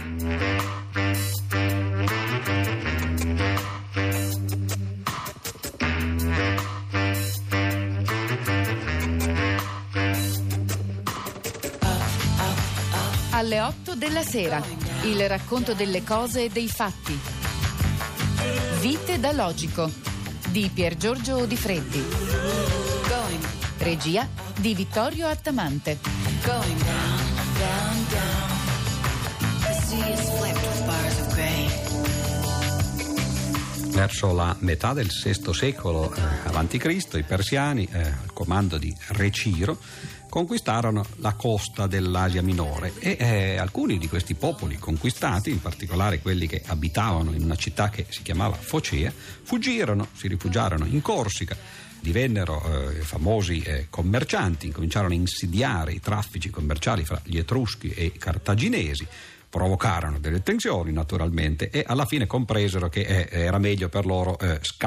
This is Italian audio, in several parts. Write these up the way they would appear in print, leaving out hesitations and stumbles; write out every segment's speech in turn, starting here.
Alle 8 della sera, il racconto delle cose e dei fatti. Vite da logico, di Piergiorgio Di Freddi. Regia di Vittorio Attamante. Verso la metà del VI secolo a.C., i persiani, al comando di Re Ciro, conquistarono la costa dell'Asia Minore e alcuni di questi popoli conquistati, in particolare quelli che abitavano in una città che si chiamava Focea, si rifugiarono in Corsica, divennero famosi commercianti, incominciarono a insidiare i traffici commerciali fra gli Etruschi e i Cartaginesi, provocarono delle tensioni naturalmente e alla fine compresero che era meglio per loro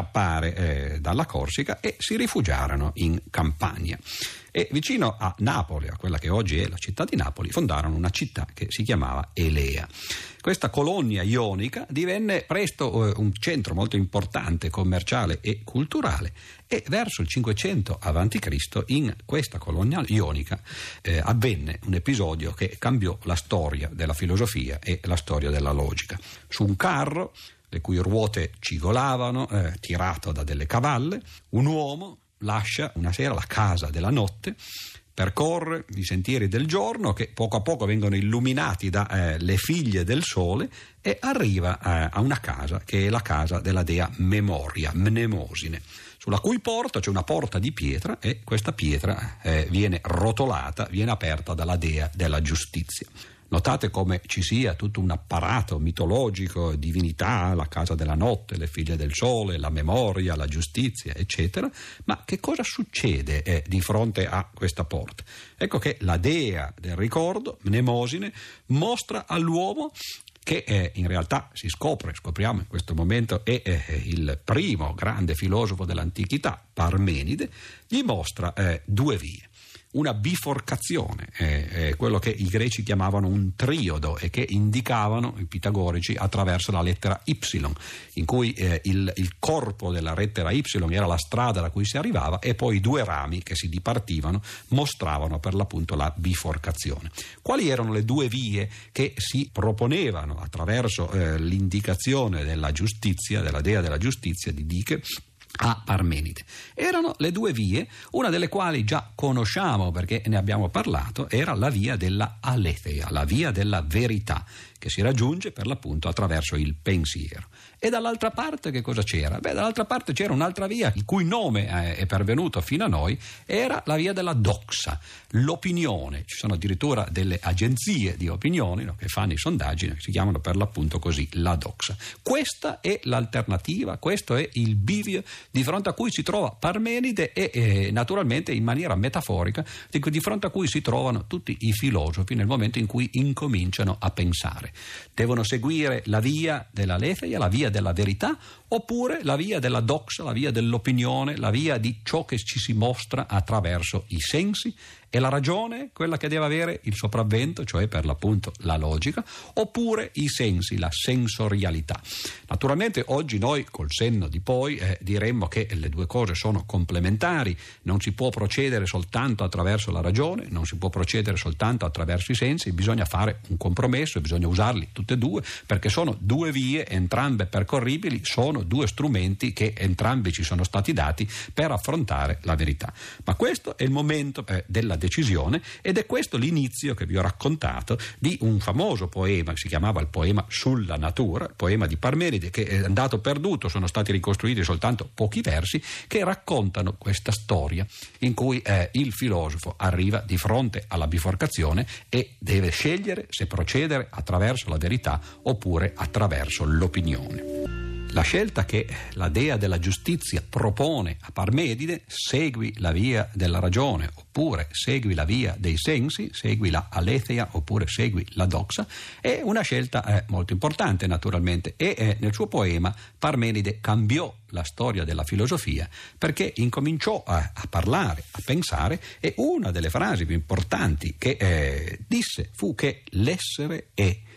scappare dalla Corsica e si rifugiarono in Campania. E vicino a Napoli, a quella che oggi è la città di Napoli, fondarono una città che si chiamava Elea. Questa colonia ionica divenne presto un centro molto importante commerciale e culturale e verso il 500 a.C. in questa colonia ionica avvenne un episodio che cambiò la storia della filosofia e la storia della logica. Su un carro, le cui ruote cigolavano, tirato da delle cavalle, un uomo lascia una sera la casa della notte, percorre i sentieri del giorno che poco a poco vengono illuminati dalle figlie del sole e arriva a una casa che è la casa della dea Memoria, Mnemosine, sulla cui porta c'è una porta di pietra e questa pietra viene rotolata, viene aperta dalla dea della giustizia. Notate come ci sia tutto un apparato mitologico, divinità, la casa della notte, le figlie del sole, la memoria, la giustizia, eccetera. Ma che cosa succede di fronte a questa porta? Ecco che la dea del ricordo, Mnemosine, mostra all'uomo che in realtà scopriamo in questo momento è il primo grande filosofo dell'antichità, Parmenide, gli mostra due vie. Una biforcazione, quello che i greci chiamavano un triodo e che indicavano i pitagorici attraverso la lettera Y, in cui il corpo della lettera Y era la strada da cui si arrivava e poi i due rami che si dipartivano mostravano per l'appunto la biforcazione. Quali erano le due vie che si proponevano attraverso l'indicazione della giustizia, della dea della giustizia di Dike, a Parmenide? Erano le due vie, una delle quali già conosciamo perché ne abbiamo parlato, era la via della aletheia, la via della verità, che si raggiunge per l'appunto attraverso il pensiero. E dall'altra parte che cosa c'era? Dall'altra parte c'era un'altra via, il cui nome è pervenuto fino a noi, era la via della doxa, l'opinione. Ci sono addirittura delle agenzie di opinioni che fanno i sondaggi, che si chiamano per l'appunto così, la doxa. Questa è l'alternativa, questo è il bivio di fronte a cui si trova Parmenide e naturalmente in maniera metaforica di fronte a cui si trovano tutti i filosofi nel momento in cui incominciano a pensare. Devono seguire la via dell'aletheia, la via della verità, oppure la via della doxa, la via dell'opinione, la via di ciò che ci si mostra attraverso i sensi, e la ragione quella che deve avere il sopravvento, cioè per l'appunto la logica, oppure i sensi, la sensorialità. Naturalmente oggi noi col senno di poi diremmo che le due cose sono complementari, non si può procedere soltanto attraverso la ragione, non si può procedere soltanto attraverso i sensi, bisogna fare un compromesso e bisogna usarli tutte e due perché sono due vie entrambe percorribili, sono due strumenti che entrambi ci sono stati dati per affrontare la verità. Ma questo è il momento della decisione ed è questo l'inizio che vi ho raccontato di un famoso poema che si chiamava il poema sulla natura, il poema di Parmenide, che è andato perduto, sono stati ricostruiti soltanto pochi versi che raccontano questa storia in cui il filosofo arriva di fronte alla biforcazione e deve scegliere se procedere attraverso la verità oppure attraverso l'opinione. La scelta che la dea della giustizia propone a Parmenide, segui la via della ragione oppure segui la via dei sensi, segui la aletheia oppure segui la doxa, è una scelta molto importante naturalmente e nel suo poema Parmenide cambiò la storia della filosofia perché incominciò a parlare, a pensare, e una delle frasi più importanti che disse fu che l'essere è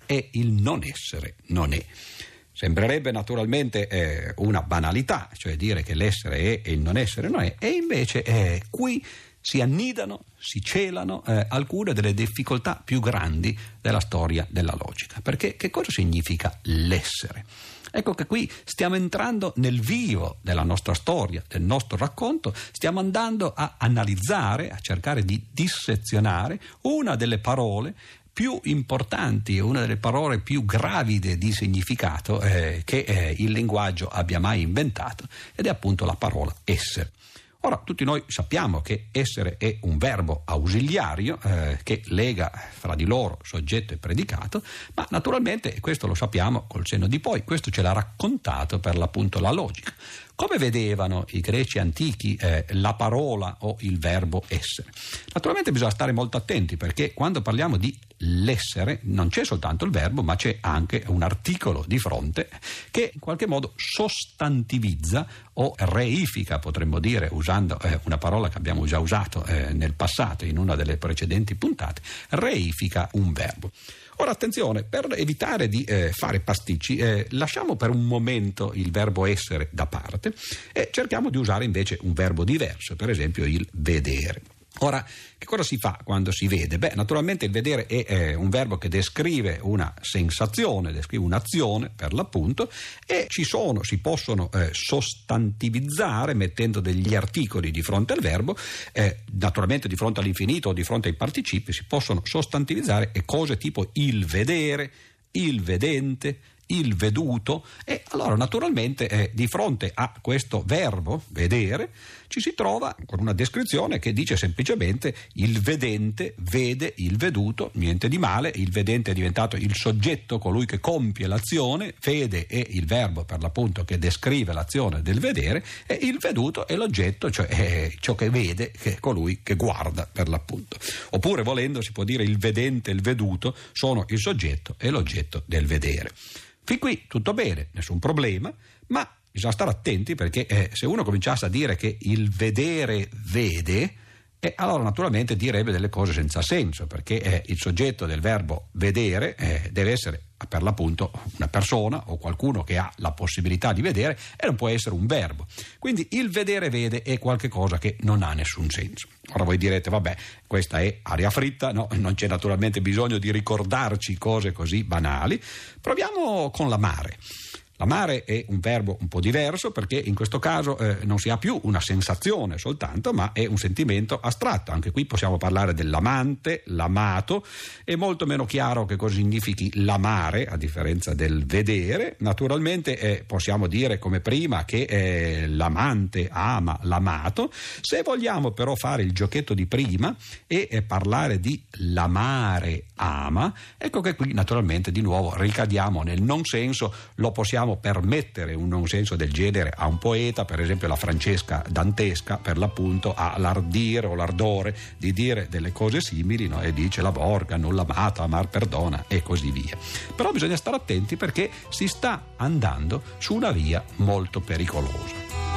e il non essere non è. Sembrerebbe naturalmente una banalità, cioè dire che l'essere è e il non essere non è, e invece qui si annidano, si celano alcune delle difficoltà più grandi della storia della logica. Perché che cosa significa l'essere? Ecco che qui stiamo entrando nel vivo della nostra storia, del nostro racconto, stiamo andando a analizzare, a cercare di dissezionare una delle parole più importanti e una delle parole più gravide di significato che il linguaggio abbia mai inventato, ed è appunto la parola essere. Ora, tutti noi sappiamo che essere è un verbo ausiliario che lega fra di loro soggetto e predicato, ma naturalmente, e questo lo sappiamo col senno di poi, questo ce l'ha raccontato per l'appunto la logica. Come vedevano i greci antichi la parola o il verbo essere? Naturalmente bisogna stare molto attenti, perché quando parliamo di l'essere non c'è soltanto il verbo, ma c'è anche un articolo di fronte che in qualche modo sostantivizza o reifica, potremmo dire, usando una parola che abbiamo già usato nel passato in una delle precedenti puntate, reifica un verbo. Ora attenzione, per evitare di fare pasticci, lasciamo per un momento il verbo essere da parte e cerchiamo di usare invece un verbo diverso, per esempio il vedere. Ora, che cosa si fa quando si vede? Beh, naturalmente il vedere è un verbo che descrive una sensazione, descrive un'azione per l'appunto, e si possono sostantivizzare mettendo degli articoli di fronte al verbo, naturalmente di fronte all'infinito o di fronte ai participi si possono sostantivizzare cose tipo il vedere, il vedente, il veduto, e allora naturalmente di fronte a questo verbo vedere ci si trova con una descrizione che dice semplicemente il vedente vede il veduto, niente di male. Il vedente è diventato il soggetto, colui che compie l'azione, vede è il verbo per l'appunto che descrive l'azione del vedere, e il veduto è l'oggetto, cioè è ciò che vede, che è colui che guarda per l'appunto. Oppure, volendo, si può dire il vedente e il veduto sono il soggetto e l'oggetto del vedere. Fin qui tutto bene, nessun problema, ma bisogna stare attenti, perché se uno cominciasse a dire che il vedere vede, allora naturalmente direbbe delle cose senza senso, perché il soggetto del verbo vedere deve essere per l'appunto una persona o qualcuno che ha la possibilità di vedere, e non può essere un verbo. Quindi il vedere vede è qualche cosa che non ha nessun senso. Ora voi direte, vabbè, questa è aria fritta, no? Non c'è naturalmente bisogno di ricordarci cose così banali. Proviamo con l'amare. L'amare è un verbo un po' diverso, perché in questo caso non si ha più una sensazione soltanto, ma è un sentimento astratto. Anche qui possiamo parlare dell'amante, l'amato. È molto meno chiaro che cosa significhi l'amare, a differenza del vedere. Naturalmente possiamo dire come prima che l'amante ama l'amato. Se vogliamo però fare il giochetto di prima e parlare di l'amare ama, ecco che qui naturalmente di nuovo ricadiamo nel non senso. Lo possiamo permettere un non senso del genere a un poeta, per esempio la Francesca dantesca per l'appunto ha l'ardire o l'ardore di dire delle cose simili, no? E dice la Borga, non l'amata, amar perdona, e così via. Però bisogna stare attenti, perché si sta andando su una via molto pericolosa.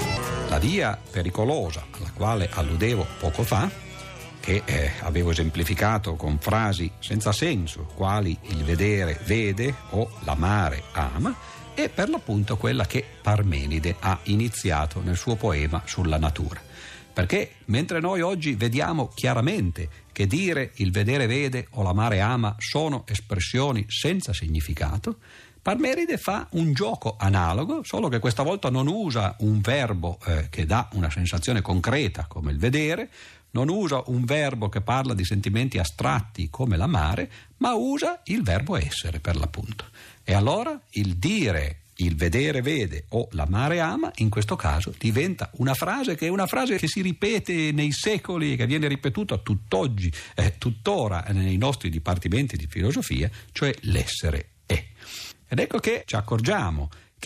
La via pericolosa alla quale alludevo poco fa, che avevo esemplificato con frasi senza senso quali il vedere vede o l'amare ama, è per l'appunto quella che Parmenide ha iniziato nel suo poema sulla natura. Perché mentre noi oggi vediamo chiaramente che dire il vedere vede o l'amare ama sono espressioni senza significato, Parmenide fa un gioco analogo, solo che questa volta non usa un verbo che dà una sensazione concreta come il vedere, non usa un verbo che parla di sentimenti astratti come l'amare, ma usa il verbo essere per l'appunto. E allora il dire il vedere vede o l'amare ama in questo caso diventa una frase che è una frase che si ripete nei secoli e che viene ripetuta tutt'oggi, tuttora nei nostri dipartimenti di filosofia, cioè l'essere è. Ed ecco che ci accorgiamo che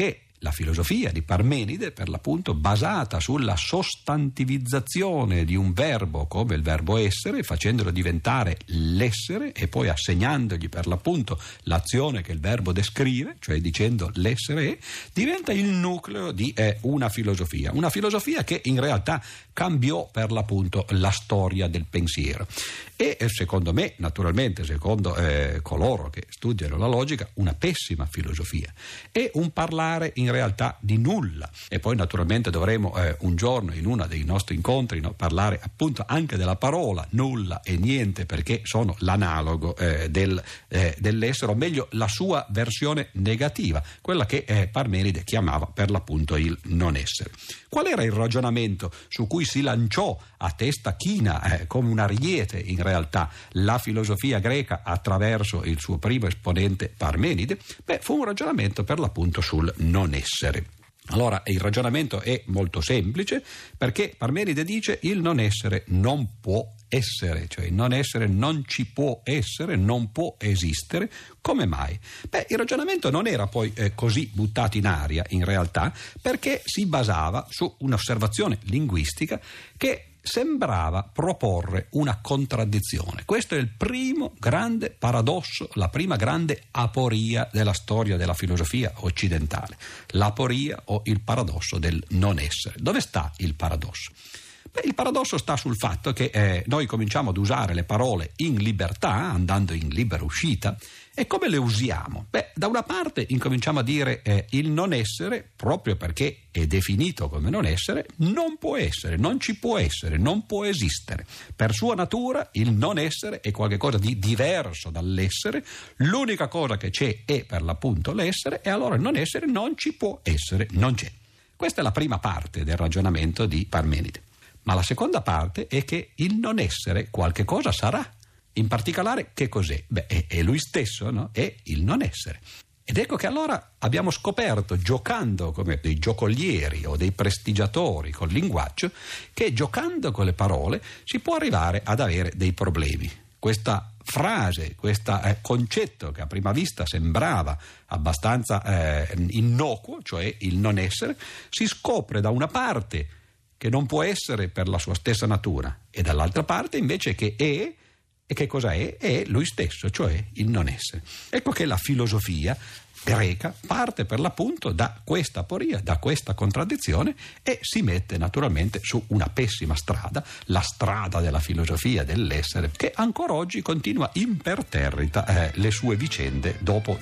la filosofia di Parmenide, per l'appunto basata sulla sostantivizzazione di un verbo come il verbo essere, facendolo diventare l'essere e poi assegnandogli per l'appunto l'azione che il verbo descrive, cioè dicendo l'essere è, diventa il nucleo di una filosofia che in realtà cambiò per l'appunto la storia del pensiero. E secondo me, naturalmente, secondo coloro che studiano la logica, una pessima filosofia. È un parlare in realtà di nulla. E poi naturalmente dovremo un giorno in uno dei nostri incontri parlare appunto anche della parola nulla e niente, perché sono l'analogo dell'essere, o meglio la sua versione negativa, quella che Parmenide chiamava per l'appunto il non essere. Qual era il ragionamento su cui si lanciò a testa china come un ariete in realtà la filosofia greca attraverso il suo primo esponente Parmenide? Fu un ragionamento per l'appunto sul non essere. Allora il ragionamento è molto semplice, perché Parmenide dice il non essere non può essere, cioè il non essere non ci può essere, non può esistere. Come mai? Il ragionamento non era poi così buttato in aria in realtà, perché si basava su un'osservazione linguistica che sembrava proporre una contraddizione. Questo è il primo grande paradosso, la prima grande aporia della storia della filosofia occidentale, l'aporia o il paradosso del non essere. Dove sta il paradosso? Il paradosso sta sul fatto che noi cominciamo ad usare le parole in libertà, andando in libera uscita. E come le usiamo? Da una parte incominciamo a dire il non essere, proprio perché è definito come non essere, non può essere, non ci può essere, non può esistere. Per sua natura il non essere è qualcosa di diverso dall'essere, l'unica cosa che c'è è per l'appunto l'essere, e allora il non essere non ci può essere, non c'è. Questa è la prima parte del ragionamento di Parmenide. Ma la seconda parte è che il non essere qualche cosa sarà. In particolare, che cos'è? È lui stesso, no? È il non essere. Ed ecco che allora abbiamo scoperto, giocando come dei giocolieri o dei prestigiatori col linguaggio, che giocando con le parole si può arrivare ad avere dei problemi. Questa frase, questo concetto che a prima vista sembrava abbastanza innocuo, cioè il non essere, si scopre da una parte che non può essere per la sua stessa natura, e dall'altra parte invece che è. E che cosa è? È lui stesso, cioè il non essere. Ecco che la filosofia greca parte per l'appunto da questa aporia, da questa contraddizione, e si mette naturalmente su una pessima strada, la strada della filosofia dell'essere, che ancora oggi continua imperterrita le sue vicende dopo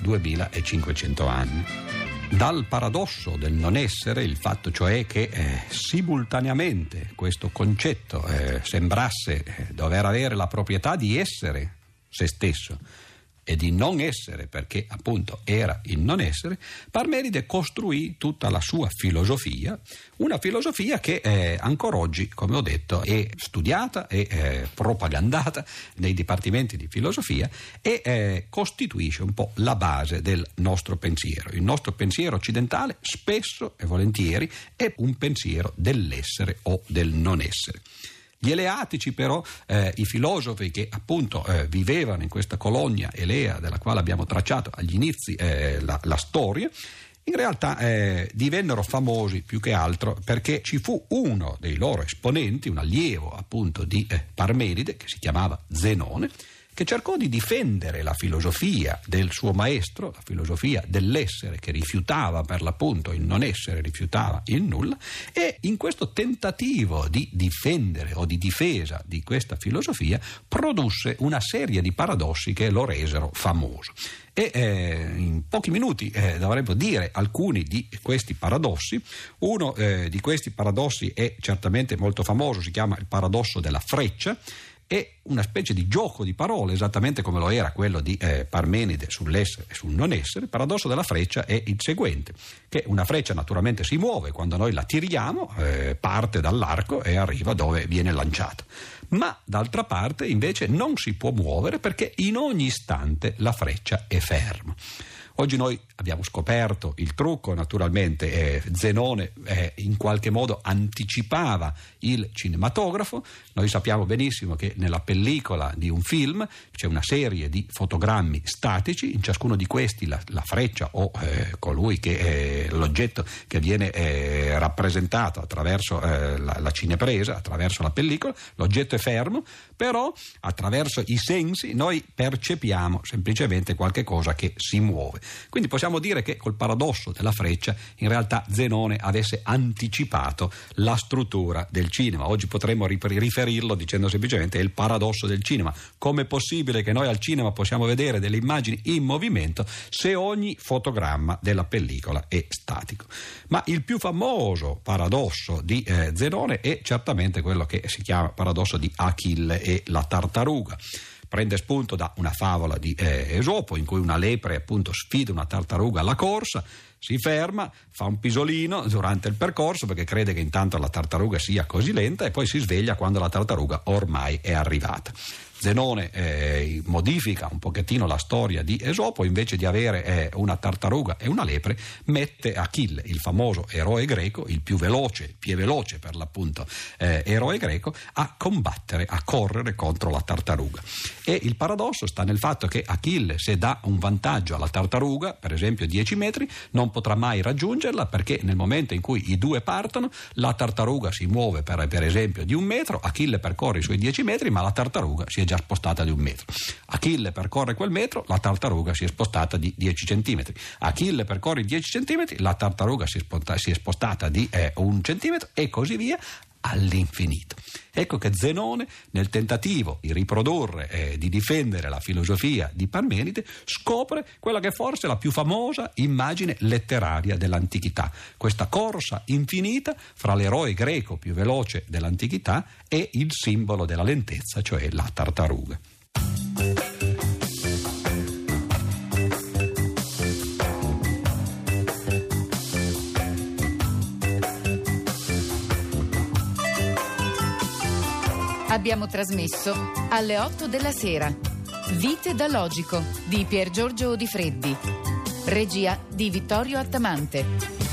2500 anni. Dal paradosso del non essere, il fatto cioè che simultaneamente questo concetto sembrasse dover avere la proprietà di essere se stesso e di non essere perché appunto era il non essere, Parmenide costruì tutta la sua filosofia, una filosofia che ancora oggi, come ho detto, è studiata e propagandata nei dipartimenti di filosofia e costituisce un po' la base del nostro pensiero. Il nostro pensiero occidentale spesso e volentieri è un pensiero dell'essere o del non essere. Gli eleatici però, i filosofi che appunto vivevano in questa colonia elea della quale abbiamo tracciato agli inizi la storia, in realtà divennero famosi più che altro perché ci fu uno dei loro esponenti, un allievo appunto di Parmenide, che si chiamava Zenone, che cercò di difendere la filosofia del suo maestro, la filosofia dell'essere, che rifiutava per l'appunto il non essere, rifiutava il nulla, e in questo tentativo di difendere o di difesa di questa filosofia produsse una serie di paradossi che lo resero famoso. E in pochi minuti dovremmo dire alcuni di questi paradossi. Uno di questi paradossi è certamente molto famoso, si chiama il paradosso della freccia. È una specie di gioco di parole, esattamente come lo era quello di Parmenide sull'essere e sul non essere. Il paradosso della freccia è il seguente, che una freccia naturalmente si muove quando noi la tiriamo, parte dall'arco e arriva dove viene lanciata, ma d'altra parte invece non si può muovere perché in ogni istante la freccia è ferma. Oggi noi abbiamo scoperto il trucco, naturalmente Zenone in qualche modo anticipava il cinematografo. Noi sappiamo benissimo che nella pellicola di un film c'è una serie di fotogrammi statici, in ciascuno di questi la freccia o colui che l'oggetto che viene rappresentato attraverso la cinepresa, attraverso la pellicola, l'oggetto è fermo, però attraverso i sensi noi percepiamo semplicemente qualche cosa che si muove. Quindi possiamo dire che col paradosso della freccia in realtà Zenone avesse anticipato la struttura del cinema. Oggi potremmo riferirlo dicendo semplicemente è il paradosso del cinema. Com'è possibile che noi al cinema possiamo vedere delle immagini in movimento se ogni fotogramma della pellicola è statico? Ma il più famoso paradosso di Zenone è certamente quello che si chiama paradosso di Achille e la tartaruga. Prende spunto da una favola di Esopo in cui una lepre appunto sfida una tartaruga alla corsa, si ferma, fa un pisolino durante il percorso perché crede che intanto la tartaruga sia così lenta e poi si sveglia quando la tartaruga ormai è arrivata. Zenone modifica un pochettino la storia di Esopo, invece di avere una tartaruga e una lepre mette Achille, il famoso eroe greco, il più veloce per l'appunto eroe greco, a combattere, a correre contro la tartaruga. E il paradosso sta nel fatto che Achille, se dà un vantaggio alla tartaruga, per esempio 10 metri, non potrà mai raggiungerla perché nel momento in cui i due partono la tartaruga si muove per esempio di 1 metro, Achille percorre i suoi 10 metri ma la tartaruga si è già spostata di 1 metro. Achille percorre quel metro, la tartaruga si è spostata di 10 centimetri. Achille percorre i 10 centimetri, la tartaruga si è spostata di 1 centimetro e così via all'infinito. Ecco che Zenone, nel tentativo di riprodurre di difendere la filosofia di Parmenide, scopre quella che forse è la più famosa immagine letteraria dell'antichità, questa corsa infinita fra l'eroe greco più veloce dell'antichità e il simbolo della lentezza, cioè la tartaruga. Abbiamo trasmesso alle 8 della sera Vite da Logico di Pier Giorgio Di Freddi, regia di Vittorio Attamante.